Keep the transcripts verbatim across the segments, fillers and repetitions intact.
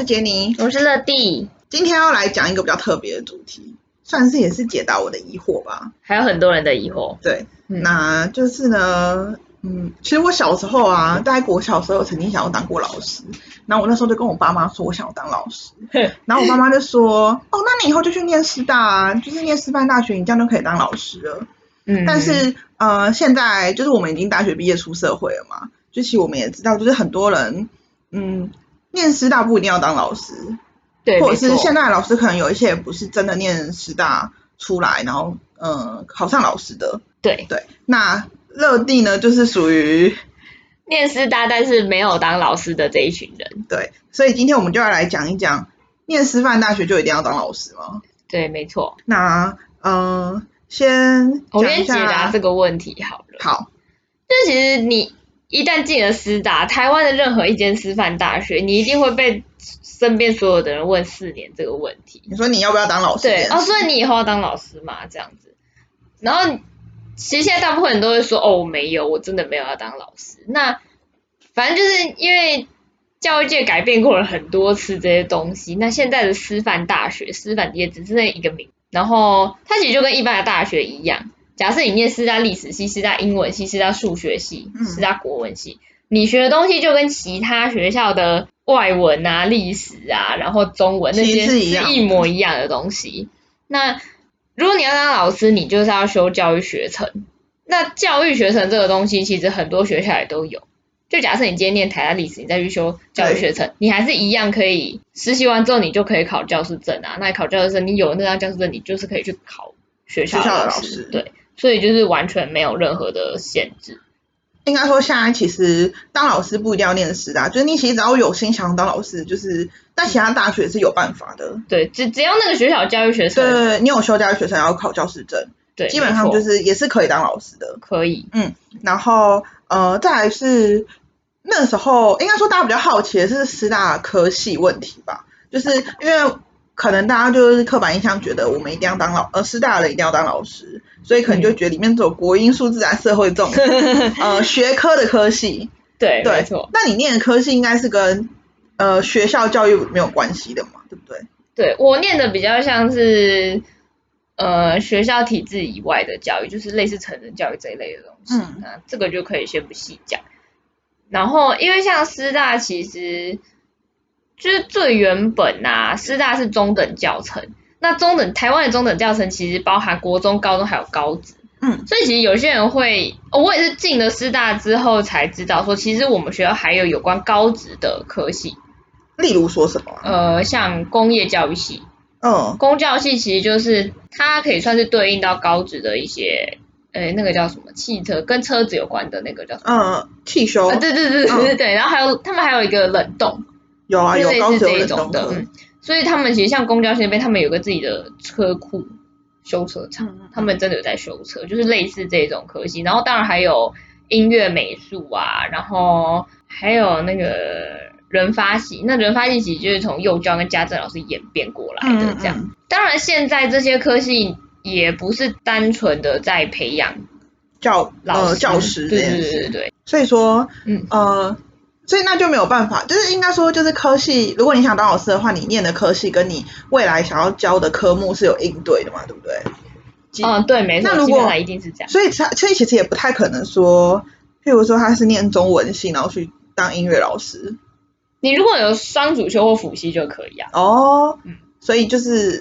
是杰尼， 我是乐蒂。 今天要来讲一个比较特别的主题，算是也是解答我的疑惑吧。 还有很多人的疑惑。 对，嗯、那就是呢，嗯，其实我小时候啊，大概国小的时候曾经想要当过老师，然后我那时候就跟我爸妈说我想要当老师，然后我爸妈就说，哦，那你以后就去念师大啊，就是念师范大学，你这样就可以当老师了。嗯，但是呃，现在就是我们已经大学毕业出社会了嘛，就其实我们也知道，就是很多人，嗯，念师大不一定要当老师， 对， 或者是现在的老师可能有一些也不是真的念师大出来，然后呃考上老师的。 对对，那乐蒂呢，就是属于念师大但是没有当老师的这一群人。 对，所以今天我们就要来讲一讲，念师范大学就一定要当老师吗？ 对，没错。 那嗯。呃先我先解答这个问题好了。 好， 就其实你一旦进了师大，台湾的任何一间师范大学，你一定会被身边所有的人问四年这个问题。 你说你要不要当老师？ 对，哦，所以你以后要当老师嘛，这样子。然后其实现在大部分人都会说，哦，我没有，我真的没有要当老师。那反正就是因为教育界改变过了很多次这些东西，那现在的师范大学，师范也只是那一个名。然后它其实就跟一般的大学一样，假设你念师大历史系、师大英文系、师大数学系、师大国文系，你学的东西就跟其他学校的外文啊、历史啊，然后中文那些是一模一样的东西。那如果你要当老师，你就是要修教育学程。那教育学程这个东西，其实很多学校也都有。就假设你今天念台大历史，你再去修教育学程，你还是一样可以实习完之后，你就可以考教师证啊。那你考教师证，你有那张教师证，你就是可以去考学校的老师。老师对，所以就是完全没有任何的限制。 应该说，现在其实当老师不一定要念师大，就是你其实只要有心想要当老师，就是在其他大学是有办法的。 对，只只要那个学校教育学程， 对，你有修教育学程，然后考教师证， 对， 基本上就是也是可以当老师的。 可以， 嗯，然后呃，再来是。那时候应该说大家比较好奇的是师大科系问题吧，就是因为可能大家就是刻板印象觉得我们一定要当老呃师大的人一定要当老师，所以可能就觉得里面只有国英数自然社会这种呃学科的科系。 对， 对， 没错。 那你念的科系应该是跟呃学校教育没有关系的嘛，对不对？ 对，我念的比较像是呃学校体制以外的教育，就是类似成人教育这一类的东西。嗯，那这个就可以先不细讲。然后，因为像师大其实就是最原本啊，师大是中等教程，那中等台湾的中等教程其实包含国中、高中还有高职，嗯，所以其实有些人会，哦、我也是进了师大之后才知道说，其实我们学校还有有关高职的科系， 例如说什么、啊？ 呃，像工业教育系，嗯，工教系其实就是它可以算是对应到高职的一些。诶，那个叫什么？汽车跟车子有关的那个叫什么？ 嗯，汽修。 啊，对对对对对对、嗯。然后还有他们还有一个冷冻， 有啊有高职有冷冻的，嗯。所以他们其实像公交系那边，他们有个自己的车库修车厂，嗯、他们真的有在修车，就是类似这种科系。然后当然还有音乐美术啊，然后还有那个人发系，那人发系其实就是从幼教跟家政老师演变过来的这样。嗯嗯当然现在这些科系。也不是单纯的在培养教老呃教师这件事， 对对对对， 所以说，嗯呃，所以那就没有办法，就是应该说就是科系，如果你想当老师的话，你念的科系跟你未来想要教的科目是有应对的嘛，对不对？ 嗯，对，没错，那如果一定是这样， 所以他所以其实也不太可能说，譬如说他是念中文系，然后去当音乐老师， 你如果有双主修或辅系就可以啊。 哦，嗯，所以就是。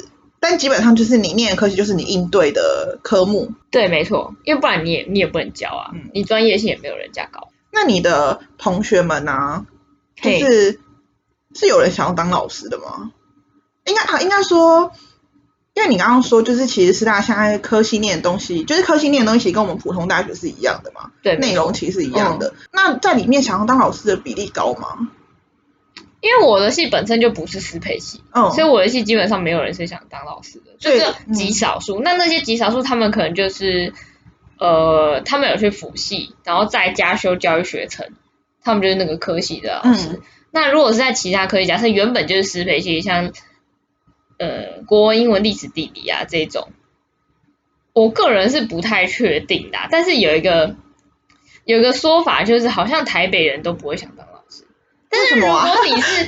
但基本上就是你念的科系就是你应对的科目。 对，没错，因为不然你也你也不能教啊，嗯、你专业性也没有人家高。 那你的同学们啊，就是是有人想要当老师的吗？应该啊，应该说，因为你刚刚说就是其实师大现在科系念的东西，就是科系念的东西跟我们普通大学是一样的嘛， 对， 内容其实是一样的。嗯、那在里面想要当老师的比例高吗？ 因为我的系本身就不是师培系，嗯、所以我的系基本上没有人是想当老师的，就是极少数。嗯、那那些极少数，他们可能就是呃，他们有去辅系，然后再加修教育学程，他们就是那个科系的老师。嗯、那如果是在其他科系，假设原本就是师培系，像呃国文、英文、历史、地理啊这种，我个人是不太确定的，但是有一个有一个说法，就是好像台北人都不会想当老师。但是如果你是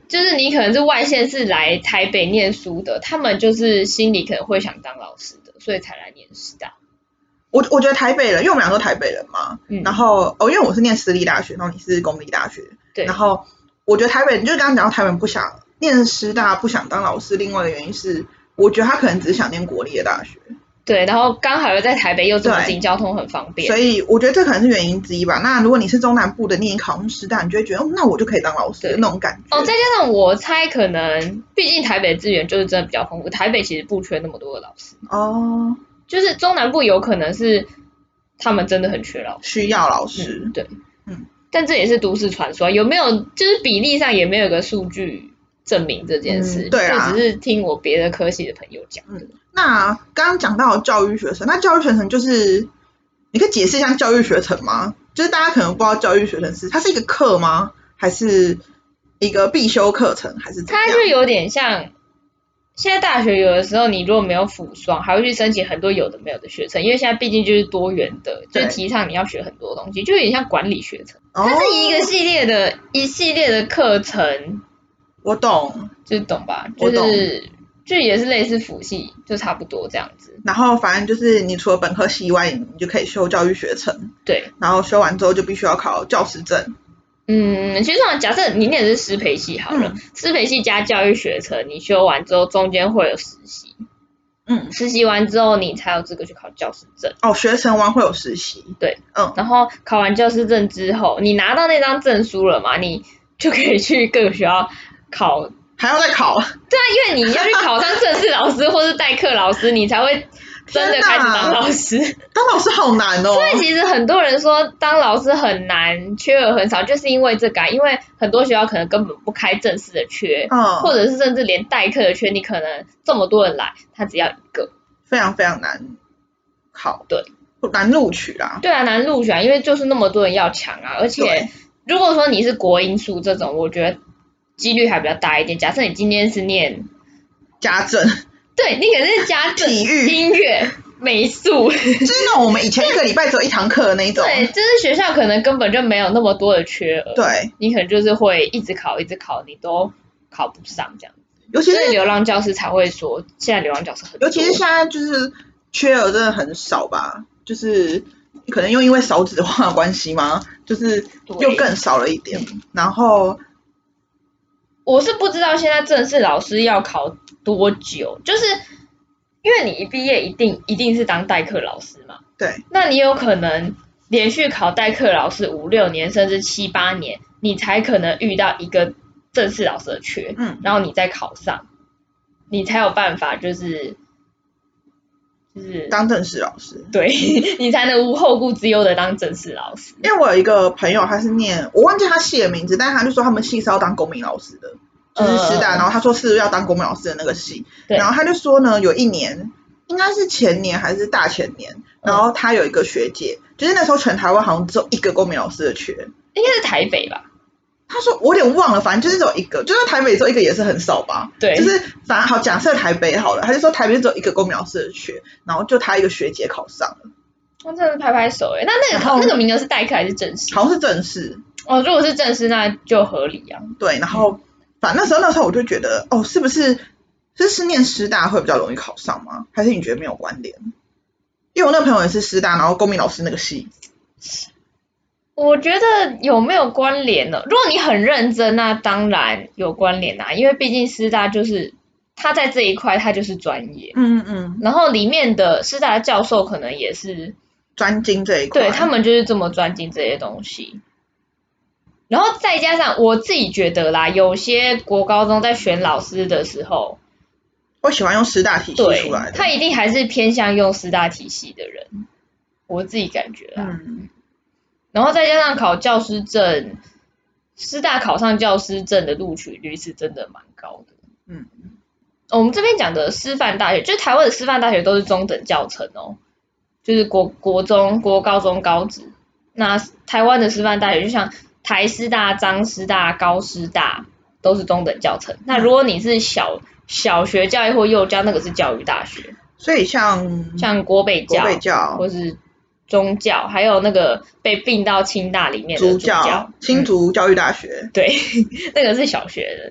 就是你可能是外县市来台北念书的，他们就是心里可能会想当老师的，所以才来念师大。 我我觉得台北人，因为我们俩都台北人嘛， 嗯、 然后哦，因为我是念私立大学，然后你是公立大学， 对， 然后我觉得台北人就是刚刚讲到台北人不想念师大，不想当老师，另外一个原因是，我觉得他可能只是想念国立的大学。 对，然后刚好又在台北又这么近，交通很方便， 所以我觉得这可能是原因之一吧。那如果你是中南部的，你已经考上师大，你就会觉得，哦，那我就可以当老师的那种感觉。 哦，再加上我猜可能，毕竟台北资源就是真的比较丰富，台北其实不缺那么多的老师。 哦， 就是中南部有可能是他们真的很缺老师，需要老师。 嗯、对，嗯，但这也是都市传说，有没有就是比例上也没有一个数据证明这件事， 嗯、对啊， 就只是听我别的科系的朋友讲的。 嗯，那刚刚讲到教育学程，那教育学程就是你可以解释一下教育学程吗？就是大家可能不知道教育学程是它是一个课吗？还是一个必修课程？还是怎样？ 它就有点像现在大学有的时候你如果没有辅双，还会去申请很多有的没有的学程，因为现在毕竟就是多元的，就是提倡你要学很多东西，就有点像管理学程，它是一个系列的、哦、一系列的课程。 我懂， 就是懂吧？就是就也是类似辅系，就差不多这样子。 然后反正就是你除了本科系以外，你就可以修教育学程。 对。 然后修完之后就必须要考教师证。 嗯，其实假设你念的是师培系好了，嗯、师培系加教育学程，你修完之后中间会有实习。嗯。实习完之后你才有资格去考教师证。 哦，学程完会有实习。 对。嗯。然后考完教师证之后，你拿到那张证书了嘛？你就可以去各个学校。考还要再考？ 对啊，因为你要去考上正式老师或是代课老师，你才会真的开始当老师。 当老师好难哦。 所以其实很多人说当老师很难，缺额很少，就是因为这个、啊，因为很多学校可能根本不开正式的缺，嗯、或者是甚至连代课的缺，你可能这么多人来，他只要一个， 非常非常难考， 对， 难录取啦。 对啊，难录取啊，因为就是那么多人要抢啊，而且如果说你是国英数这种，我觉得。几率还比较大一点。假设你今天是念家政， 对，你可能是家政、 体育、 音乐、美术， 就是那种我们以前一个礼拜只有一堂课的那一种。 对，就是学校可能根本就没有那么多的缺额， 对， 你可能就是会一直考，一直考，你都考不上这样。 尤其是流浪教师才会说，现在流浪教师很多。 尤其是现在就是缺额真的很少吧，就是可能又因为少子化的关系嘛，就是又更少了一点，然后。 我是不知道现在正式老师要考多久，就是因为你一毕业一定一定是当代课老师嘛， 对， 那你有可能连续考代课老师五六年甚至七八年，你才可能遇到一个正式老师的缺，嗯，然后你再考上，你才有办法就是就是当正式老师， 对你才能无后顾之忧的当正式老师。 因为我有一个朋友，他是念我忘记他系的名字，但是他就说他们系是要当公民老师的，就是师大，呃、然后他说是要当公民老师的那个系，然后他就说呢，有一年应该是前年还是大前年，然后他有一个学姐，嗯、就是那时候全台湾好像只有一个公民老师的缺， 应该是台北吧。 他说我有点忘了，反正就是只有一个，就算台北只有一个也是很少吧。 对， 就是反正好假设台北好了，他就说台北只有一个公民老师的缺，然后就他一个学姐考上了。 我、哦、真的是拍拍手哎，那那个考那个名额是代课还是正式？ 好像是正式。 哦，如果是正式那就合理啊。 对，然后、嗯、反正那时候那时候我就觉得，哦，是不是是是念师大会比较容易考上吗？还是你觉得没有关联？因为我那朋友也是师大，然后公民老师那个系。 我觉得有没有关联呢？如果你很认真，那当然有关联啊，因为毕竟师大就是他在这一块他就是专业， 嗯嗯， 然后里面的师大的教授可能也是专精这一块， 对他们就是这么专精这些东西。然后再加上我自己觉得啦，有些国高中在选老师的时候， 我喜欢用师大体系出来的， 他一定还是偏向用师大体系的人，我自己感觉啦。嗯，然后再加上考教师证，师大考上教师证的录取率是真的蛮高的。嗯，我们这边讲的师范大学，就是台湾的师范大学都是中等教程哦，就是国国中、国高中、高职。那台湾的师范大学就像台师大、彰师大、高师大都是中等教程。那如果你是小小学教育或幼教，那个是教育大学。 所以像像国北教、 国北教或是中教，还有那个被并到清大里面的竹教，新竹教育大学、 嗯，对，那个是小学的。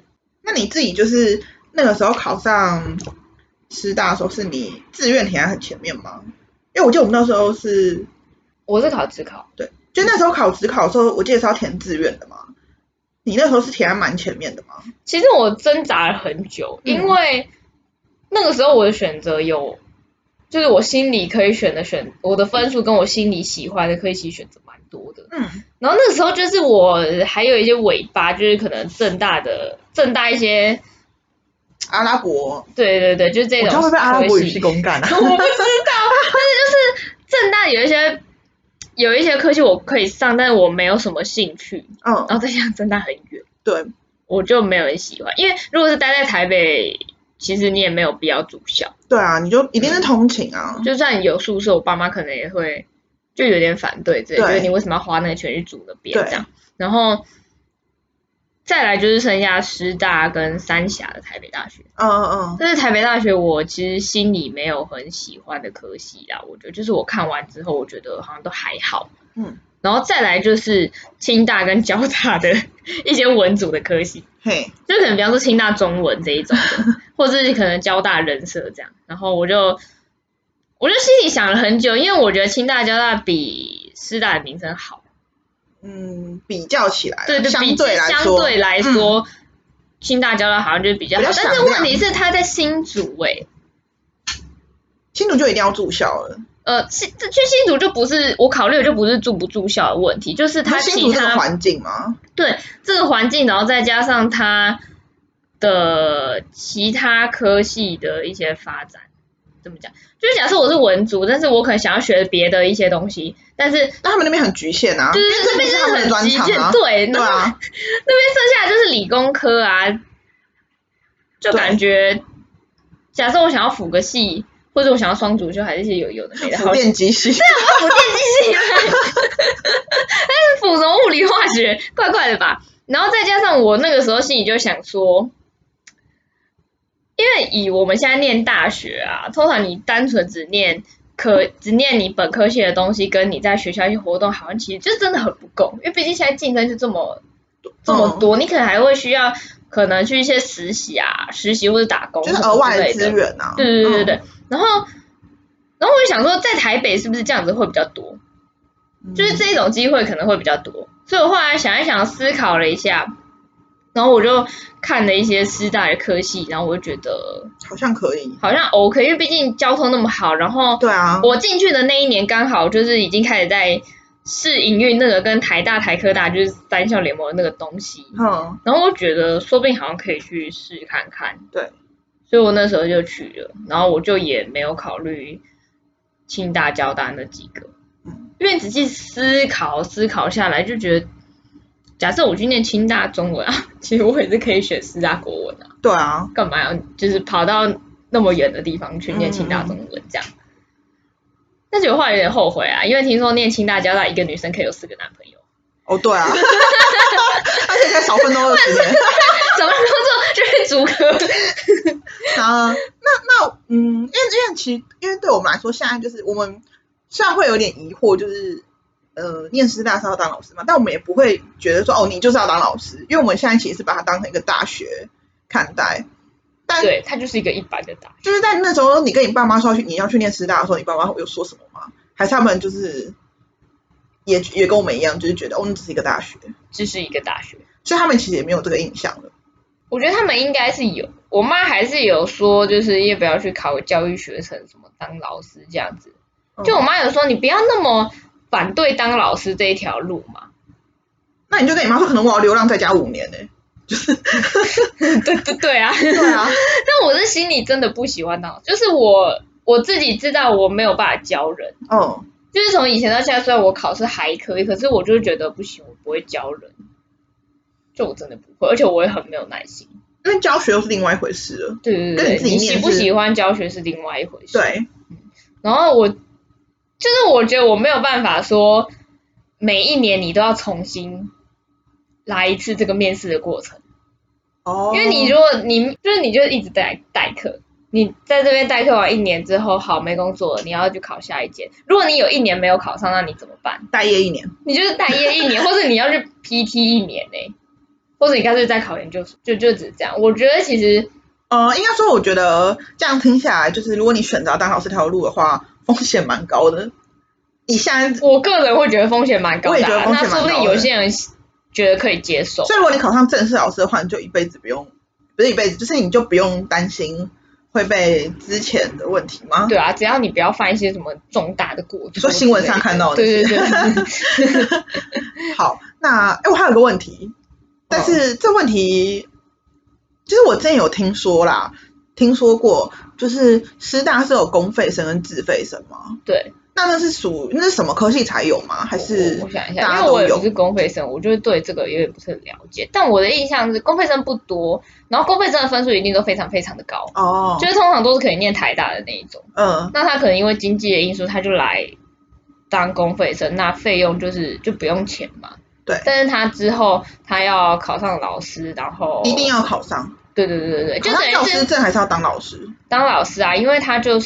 那你自己就是那个时候考上师大的时候，是你志愿填在很前面吗？因为我记得我们那时候是， 我是考职考， 对，就那时候考职考的时候，我记得是要填志愿的嘛。你那时候是填在蛮前面的吗？ 其实我挣扎了很久，因为那个时候我的选择有，就是我心里可以选的选，我的分数跟我心里喜欢的可以其实选择蛮多的。 嗯。 然后那个时候就是我还有一些尾巴，就是可能政大的政大一些阿拉伯。 对对对，就是这种。 我就会被阿拉伯语系公干啊。 我不知道，但是就是政大有一些有一些科系我可以上，但是我没有什么兴趣。嗯。然后再加上政大很远。 对。 我就没有很喜欢，因为如果是待在台北，其实你也没有必要住校。 对啊，你就一定是通勤啊。 嗯、就算有宿舍，我爸妈可能也会就有点反对之类，觉得你为什么要花那个钱去住那边这样。然后再来就是剩下师大跟三峡的台北大学。嗯嗯嗯。但是台北大学我其实心里没有很喜欢的科系啊，我觉得就是我看完之后，我觉得好像都还好。嗯。然后再来就是清大跟交大的一些文组的科系，嘿，就可能比方说清大中文这一种的，或者是可能交大人社这样。然后我就我就心里想了很久，因为我觉得清大交大比师大的名声好。 嗯，比较起来， 对对， 相对来说， 相对来说，嗯、清大交大好像就是比较好，但是问题是他在新竹哎、欸， 新竹就一定要住校了。 呃，新去新竹就不是我考虑的，就不是住不住校的问题，就是它其他环境吗？ 对，这个环境，然后再加上它的其他科系的一些发展，怎么讲？就是假设我是文组，但是我可能想要学别的一些东西，但是那他们那边很局限啊， 就是那边是很专长啊， 对， 对啊， 那边剩下的就是理工科啊，就感觉假设我想要辅个系。或者我想要双主修，还是一些有有的没的。 辅电机系。 对啊，辅电机系。但是辅什么物理化学，怪怪的吧？然后再加上我那个时候心里就想说，因为以我们现在念大学啊，通常你单纯只念科，只念你本科系的东西，跟你在学校一些活动，好像其实就真的很不够。因为毕竟现在竞争就这么这么多，嗯、你可能还会需要。可能去一些实习啊，实习或者打工， 就是额外的资源啊。 对对对对对。嗯、然后，然后我就想说，在台北是不是这样子会比较多？嗯、就是这种机会可能会比较多。所以我后来想一想，思考了一下，然后我就看了一些师大的科系，然后我就觉得好像可以， 好像 OK， 因为毕竟交通那么好。然后， 对啊， 我进去的那一年刚好就是已经开始在。试营运那个跟台大台科大就是三校联盟的那个东西，嗯，然后我觉得说不定好像可以去试看看， 对， 所以我那时候就去了，然后我就也没有考虑清大交大那几个，嗯，因为仔细思考思考下来就觉得，假设我去念清大中文啊，其实我也是可以选师大国文啊， 对啊， 干嘛要就是跑到那么远的地方去念清大中文这样？嗯但是我后来有点后悔啊，因为听说念清大交大一个女生可以有四个男朋友。 哦，对啊，而且才少奋斗二十年， 找份工作就是主科。 啊，那那嗯，因为因为其实因为对我们来说，现在就是我们虽然会有点疑惑，就是呃，念师大是要当老师嘛，但我们也不会觉得说哦，你就是要当老师，因为我们现在其实是把它当成一个大学看待。但对，它就是一个一般的大学。 就是在那时候，你跟你爸妈说去你要去念师大的时候，你爸妈有说什么吗？还是他们就是也也跟我们一样，就是觉得哦，那只是一个大学， 这是一个大学， 所以他们其实也没有这个印象了。 我觉得他们应该是有，我妈还是有说，就是要不要去考教育学程，什么当老师这样子。就我妈有说，你不要那么反对当老师这一条路嘛。 那你就跟你妈说，可能我要流浪在家五年呢、欸。就是对对对啊， 对啊， 但我是心里真的不喜欢当，就是我我自己知道我没有办法教人，哦，就是从以前到现在，虽然我考试还可以，可是我就觉得不行，我不会教人，就我真的不会，而且我也很没有耐心， 因为教学又是另外一回事了， 对对对，你, 你喜不喜欢教学是另外一回事， 对， 嗯、然后我就是我觉得我没有办法说每一年你都要重新来一次这个面试的过程。哦，因为你如果你就是你就一直在代课，你在这边代课完一年之后，好没工作了，你要去考下一间。如果你有一年没有考上，那你怎么办？ 待业一年。 你就是待业一年，或者你要去 P T 一年呢、欸？ 或者你干脆再考研究所，就就只是这样。我觉得其实呃，应该说我觉得这样听下来，就是如果你选择当老师这条路的话，风险蛮高的。以现在我个人会觉得风险蛮高的、啊， 我也觉得风险蛮高的， 那说不定有些人觉得可以接受。 所以如果你考上正式老师的话，你就一辈子不用，不是一辈子，就是你就不用担心会被之前的问题吗？ 对啊，只要你不要犯一些什么重大的过错。 你说新闻上看到的。 对对对。 好，那哎，我还有个问题，但是这问题，其实我之前有听说啦，听说过，就是师大是有公费生跟自费生吗？ 对。 那那是属那是什么科系才有吗？还是我我想一下，因为我也不是公费生，我就对这个有点不是很了解。但我的印象是公费生不多，然后公费生的分数一定都非常非常的高哦，就是通常都是可以念台大的那一种。嗯，那他可能因为经济的因素，他就来当公费生，那费用就是就不用钱嘛。 对。 但是他之后他要考上老师，然后一定要考上。 对对对对对，就等于老师证还是要当老师。 当老师啊，因为他就是，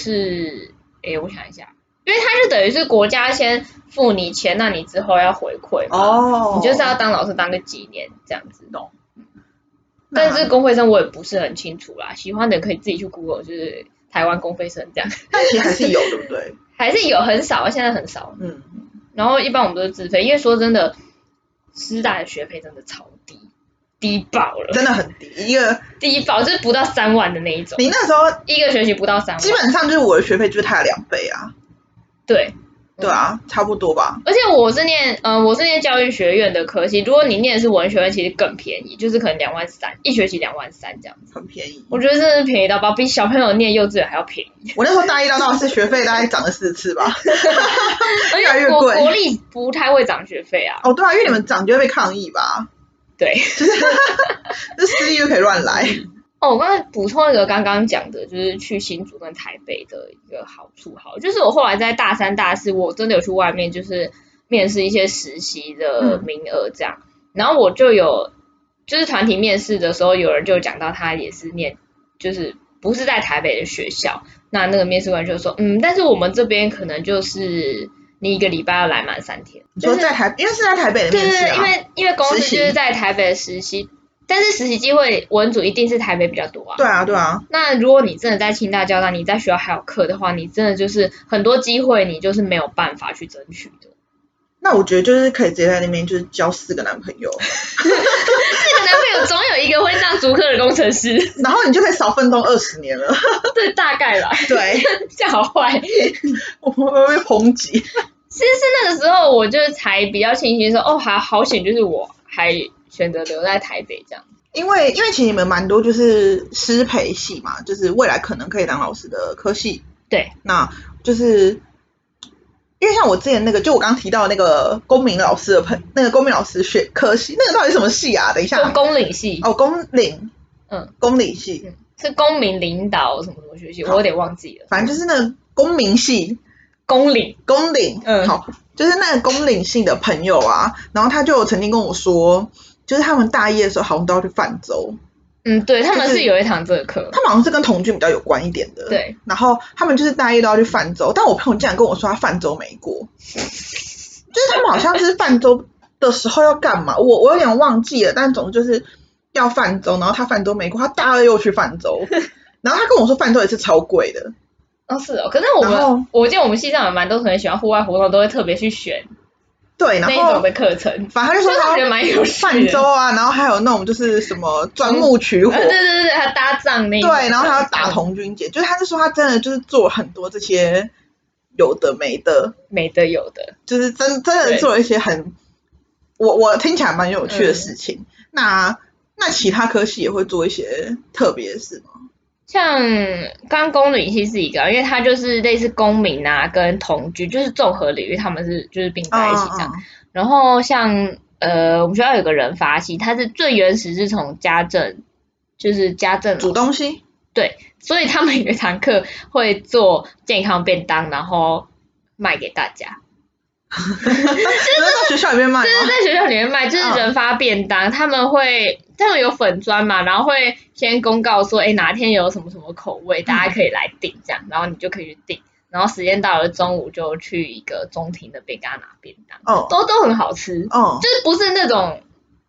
哎，我想一下。因为他就等于是国家先付你钱，那你之后要回馈嘛。哦。你就是要当老师当个几年这样子。懂。但是公费生我也不是很清楚啦，喜欢的可以自己去 Google， 就是台湾公费生这样。 但其实还是有，对不对？ 还是有，很少，现在很少。嗯。然后一般我们都是自费，因为说真的，师大的学费真的超低，低爆了。真的很低，一个低爆就是不到三万的那一种。 你那时候一个学期不到三万。 基本上就是我的学费就是它的两倍啊。 对， 对啊，差不多吧。 而且我是念，呃，我是念教育学院的科系，如果你念的是文学院，其实更便宜，就是可能两万三，一学期两万三这样子， 很便宜。 我觉得真的是便宜到爆，比小朋友念幼稚园还要便宜。 我那时候大一到大四学费大概涨了四次吧，越来越贵。 国立不太会涨学费啊。 哦，对啊，因为你们涨就会被抗议吧。 对， 这私立就可以乱来。 哦，我刚才补充一个刚刚讲的，就是去新竹跟台北的一个好处，好，就是我后来在大三、大四，我真的有去外面就是面试一些实习的名额这样，嗯、然后我就有就是团体面试的时候，有人就讲到他也是念，就是不是在台北的学校，那那个面试官就说，嗯，但是我们这边可能就是你一个礼拜要来满三天。 你说在台，因为是在台北的面试、啊、 对对对，因为因为公司就是在台北的实习。但是实习机会文组一定是台北比较多啊。 对啊，对啊。 那如果你真的在清大、交大，你在学校还有课的话，你真的就是很多机会，你就是没有办法去争取的。 那我觉得就是可以直接在那边就是交四个男朋友。 四个男朋友总有一个会当竹科的工程师， 然后你就可以少奋斗二十年了。 对，大概吧。 对， 这样好坏。 我会被抨击。 其实是那个时候，我就才比较庆幸说，哦，还好险，就是我还选择留在台北这样。 因为因为其实你们蛮多就是师培系嘛，就是未来可能可以当老师的科系。 对。 那就是因为像我之前那个，就我刚刚提到那个公民老师的朋，那个公民老师学科系，那个到底是什么系啊？等一下。 公领系。哦， 公领。嗯。公领系、 嗯。是公民领导什么什么学系，我有点忘记了。 反正就是那个公民系。 公领。 公领。嗯。好，就是那个公领系的朋友啊，然后他就曾经跟我说。就是他们大一的时候好像都要去泛舟。 嗯，对，他们是有一堂这个课， 他们好像是跟童军比较有关一点的。 对。 然后他们就是大一都要去泛舟，但我朋友竟然跟我说他泛舟没过。就是他们好像是泛舟的时候要干嘛，我我有点忘记了，但总之就是要泛舟，然后他泛舟没过，他大二又去泛舟，然后他跟我说泛舟也是超贵的。 哦，是哦，可是我们我记得我们系上有蛮多同学喜欢户外活动，都会特别去选。 对，然后那种的课程， 反正他就说他泛舟啊，然后还有那种就是什么钻木取火， 嗯、对对对对，他搭帐那一对，然后还要打童军节，就是他就说他真的就是做很多这些有的没的， 没的有的， 就是真真的做了一些很我我听起来蛮有趣的事情。嗯、那那其他科系也会做一些特别的事吗？ 像刚公领系是一个，因为它就是类似公民啊跟童军，就是综合领域，他们是就是并在一起这样。嗯嗯然后像呃我们学校有个人发系，它是最原始是从家政，就是家政煮东西。 对，所以他们有一堂课会做健康便当，然后卖给大家。 就是在学校里面卖吗？ 就是在学校里面卖，就是人发便当，嗯、他们会他们有粉专嘛，然后会先公告说，哎，哪天有什么什么口味，大家可以来订这样，然后你就可以去订，然后时间到了中午就去一个中庭那边给他拿便当，哦，都都很好吃，哦，就是不是那种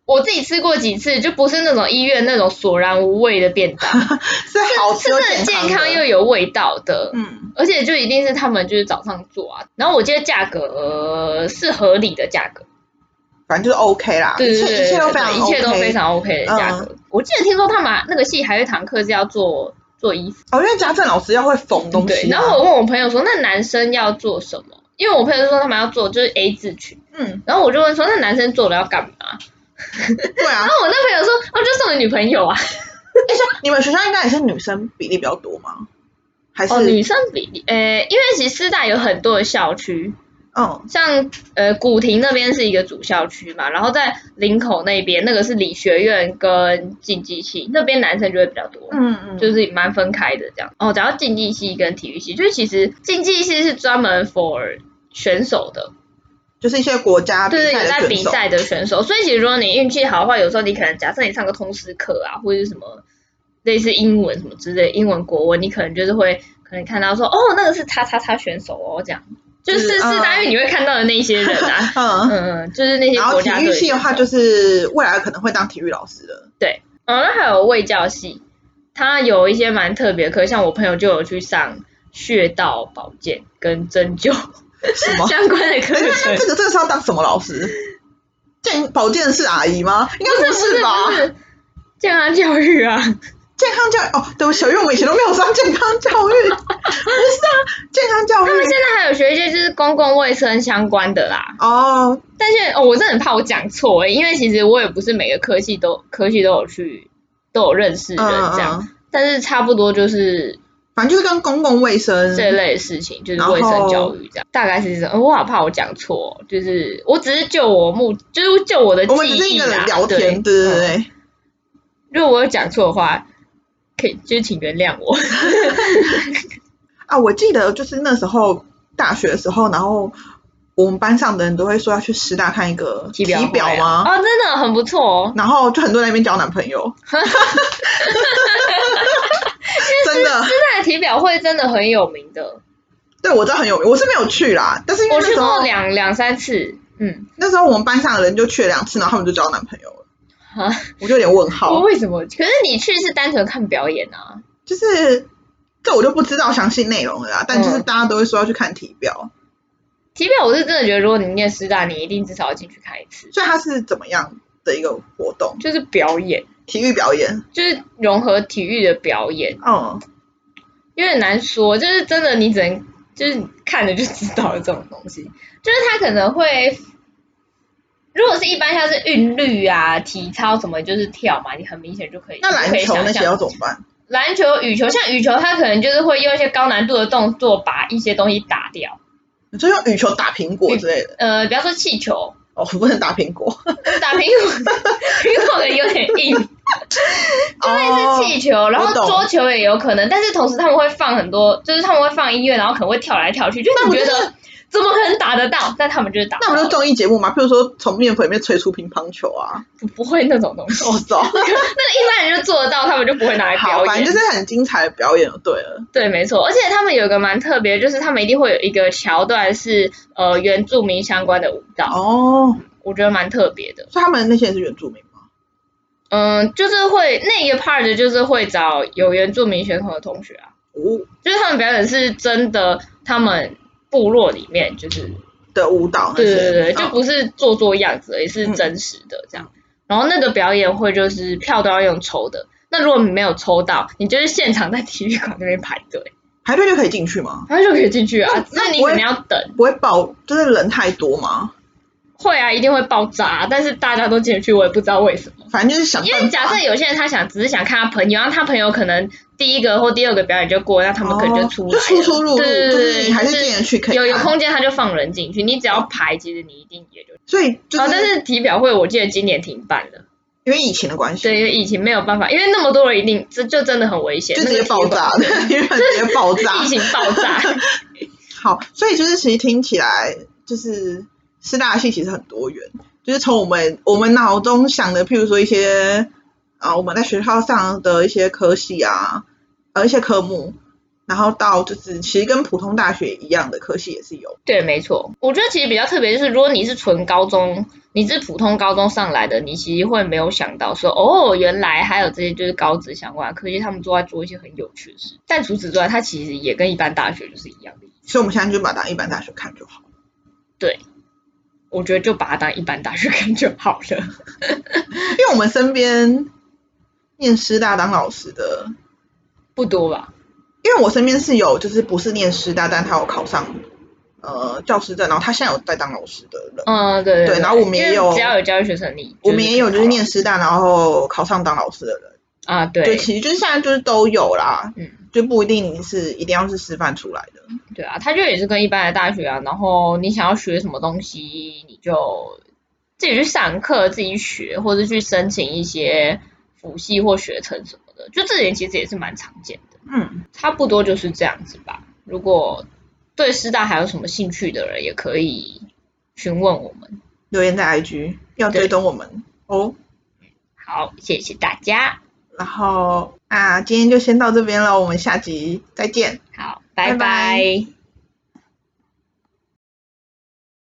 我自己吃过几次，就不是那种医院那种索然无味的便当， 是好吃又是真的健康又有味道的，嗯，而且就一定是他们就是早上做啊，然后我记得价格、呃、是合理的价格。 反正就是 OK 啦， 对对对对， 一切一切都非常 OK， 一切都非常 OK 的价格。嗯、我记得听说他们那个系还有一堂课是要做做衣服。 哦，因为家政老师要会缝东西、啊。 对，然后我问我朋友说，那男生要做什么？因为我朋友说他们要做就是 A 字裙，嗯，然后我就问说，那男生做了要干嘛？ 对啊。 然后我那朋友说，哦，就送你女朋友啊。 而且你们学校应该也是女生比例比较多吗？还是？ 哦，女生比例，呃，因为其实师大有很多的校区。嗯，像呃古亭那边是一个主校区嘛，然后在林口那边那个是理学院跟竞技系，那边男生就会比较多，嗯嗯，就是蛮分开的这样。哦，讲到竞技系跟体育系，就是其实竞技系是专门 for 选手的， 就是一些国家比赛的选手， 对对，有在比赛的选手。所以其实如果你运气好的话，有时候你可能假设你上个通识课啊，或者是什么类似英文什么之类，英文国文，你可能就是会可能看到说，哦，那个是叉叉叉选手哦，这样。就是是大运你会看到的那些人啊，嗯嗯，就是那些国家队。 然后体育系的话，就是未来可能会当体育老师的。 对，嗯，那还有卫教系，它有一些蛮特别的课，像我朋友就有去上穴道保健跟针灸什么相关的课程。 那这个这个是要当什么老师？健保健室阿姨吗？应该不是吧？ 不是不是健康教育啊。 健康教育哦，对不起，因为我们以前都没有上健康教育，不是啊，健康教育。 他们现在还有学一些就是公共卫生相关的啦。 哦。 但是哦，我真的很怕我讲错诶，因为其实我也不是每个科系都科系都有去都有认识人这样，嗯嗯，但是差不多就是反正就是跟公共卫生这类的事情，就是卫生教育这样，大概是这样。我好怕我讲错，就是我只是就我目就是就我的记忆啦， 我们只是一个聊天，对对对对。 嗯，如果我有讲错的话，可以就是请原谅我。 啊，我记得就是那时候大学的时候，然后我们班上的人都会说要去师大看一个体表吗？ 哦，真的很不错哦。 然后就很多人在那边交男朋友。真的， 师大的体表会真的很有名的。 对，我知道很有名，我是没有去啦，但是因为我去过两两三次，嗯， 那时候我们班上的人就去了两次，然后他们就交男朋友了。啊，我就有点问号。 为什么？可是你去是单纯看表演啊？ 就是这我就不知道详细内容了啦，但就是大家都会说要去看体表。 嗯，体表我是真的觉得，如果你念师大，你一定至少要进去看一次。 所以它是怎么样的一个活动？ 就是表演， 体育表演， 就是融合体育的表演。嗯，有点难说，就是真的你只能就是看着就知道了这种东西，就是它可能会。如果是一般像是韵律啊、体操什么，就是跳嘛，你很明显就可以。 那篮球那些要怎么办？ 篮球、羽球，像羽球，它可能就是会用一些高难度的动作把一些东西打掉。 你说用羽球打苹果之类的？ 呃，比方说气球。 哦，不能打苹果。 打苹果，苹果可能有点硬。就类似气球，然后桌球也有可能，但是同时他们会放很多，就是他们会放音乐，然后可能会跳来跳去，就是你觉得。怎么可能打得到？但他们就是打得到。 那我们就综艺节目嘛，譬如说从面粉里面吹出乒乓球啊。 不不会那种东西。 我操。那个一般人就做得到，他们就不会拿来表演。 好，反正就是很精彩的表演就对了。 对，没错。而且他们有一个蛮特别，就是他们一定会有一个桥段是呃原住民相关的舞蹈。哦。我觉得蛮特别的。 所以他们那些人是原住民吗？ 嗯，就是会那一个 part 就是会找有原住民血统的同学啊。哦。就是他们表演是真的，他们。部落里面就是的舞蹈那些， 对对对，就不是做做样子，也是真实的这样。嗯、然后那个表演会就是票都要用抽的，那如果你没有抽到，你就是现场在体育馆那边排队， 排队就可以进去吗？ 排队就可以进去啊，那你可能要等， 不会爆，就是人太多吗？ 会啊，一定会爆炸，但是大家都进去，我也不知道为什么。 反正就是想， 因为假设有些人他想只是想看他朋友，然后他朋友可能第一个或第二个表演就过，那他们可能就出来了， 就出出入入， 对对对， 就是你还是进得去可以有有空间他就放人进去，你只要排，其实你一定也就。 所以就是， 但是体表会我记得今年停办了， 因为疫情的关系。 对，因为疫情没有办法，因为那么多人一定这就真的很危险， 就直接爆炸，因为直接爆炸， 疫情爆炸。 好，所以就是其实听起来就是师大系其实很多元。就是从我们我们脑中想的，譬如说一些啊，我们在学校上的一些科系啊，呃，一些科目， 然后到就是其实跟普通大学一样的科系也是有。 对，没错。我觉得其实比较特别就是，如果你是纯高中，你是普通高中上来的，你其实会没有想到说，哦，原来还有这些就是高职相关的科系，他们都在做一些很有趣的事。但除此之外，它其实也跟一般大学就是一样的。 所以我们现在就把它当一般大学看就好。 对，我觉得就把它当一般大学看就好了。 因为我们身边念师大当老师的不多吧？ 因为我身边是有就是不是念师大，但他有考上呃教师证，然后他现在有在当老师的人。 嗯，对对, 对，然后我们也有只要有教育学生你， 我们也有就是念师大，然后考上当老师的人。 啊，对， 对，其实就是现在就是都有啦， 嗯， 就不一定你是一定要是师范出来的。 对啊，他就也是跟一般的大学啊，然后你想要学什么东西，你就自己去上课，自己去学，或者去申请一些辅系或学程什么的，就这点其实也是蛮常见的。 嗯， 差不多就是这样子吧。如果对师大还有什么兴趣的人，也可以询问我们， 留言在 I G 要追踪我们哦。 好，谢谢大家。 然后啊，今天就先到这边了，我们下集再见。 好，拜拜。 拜拜。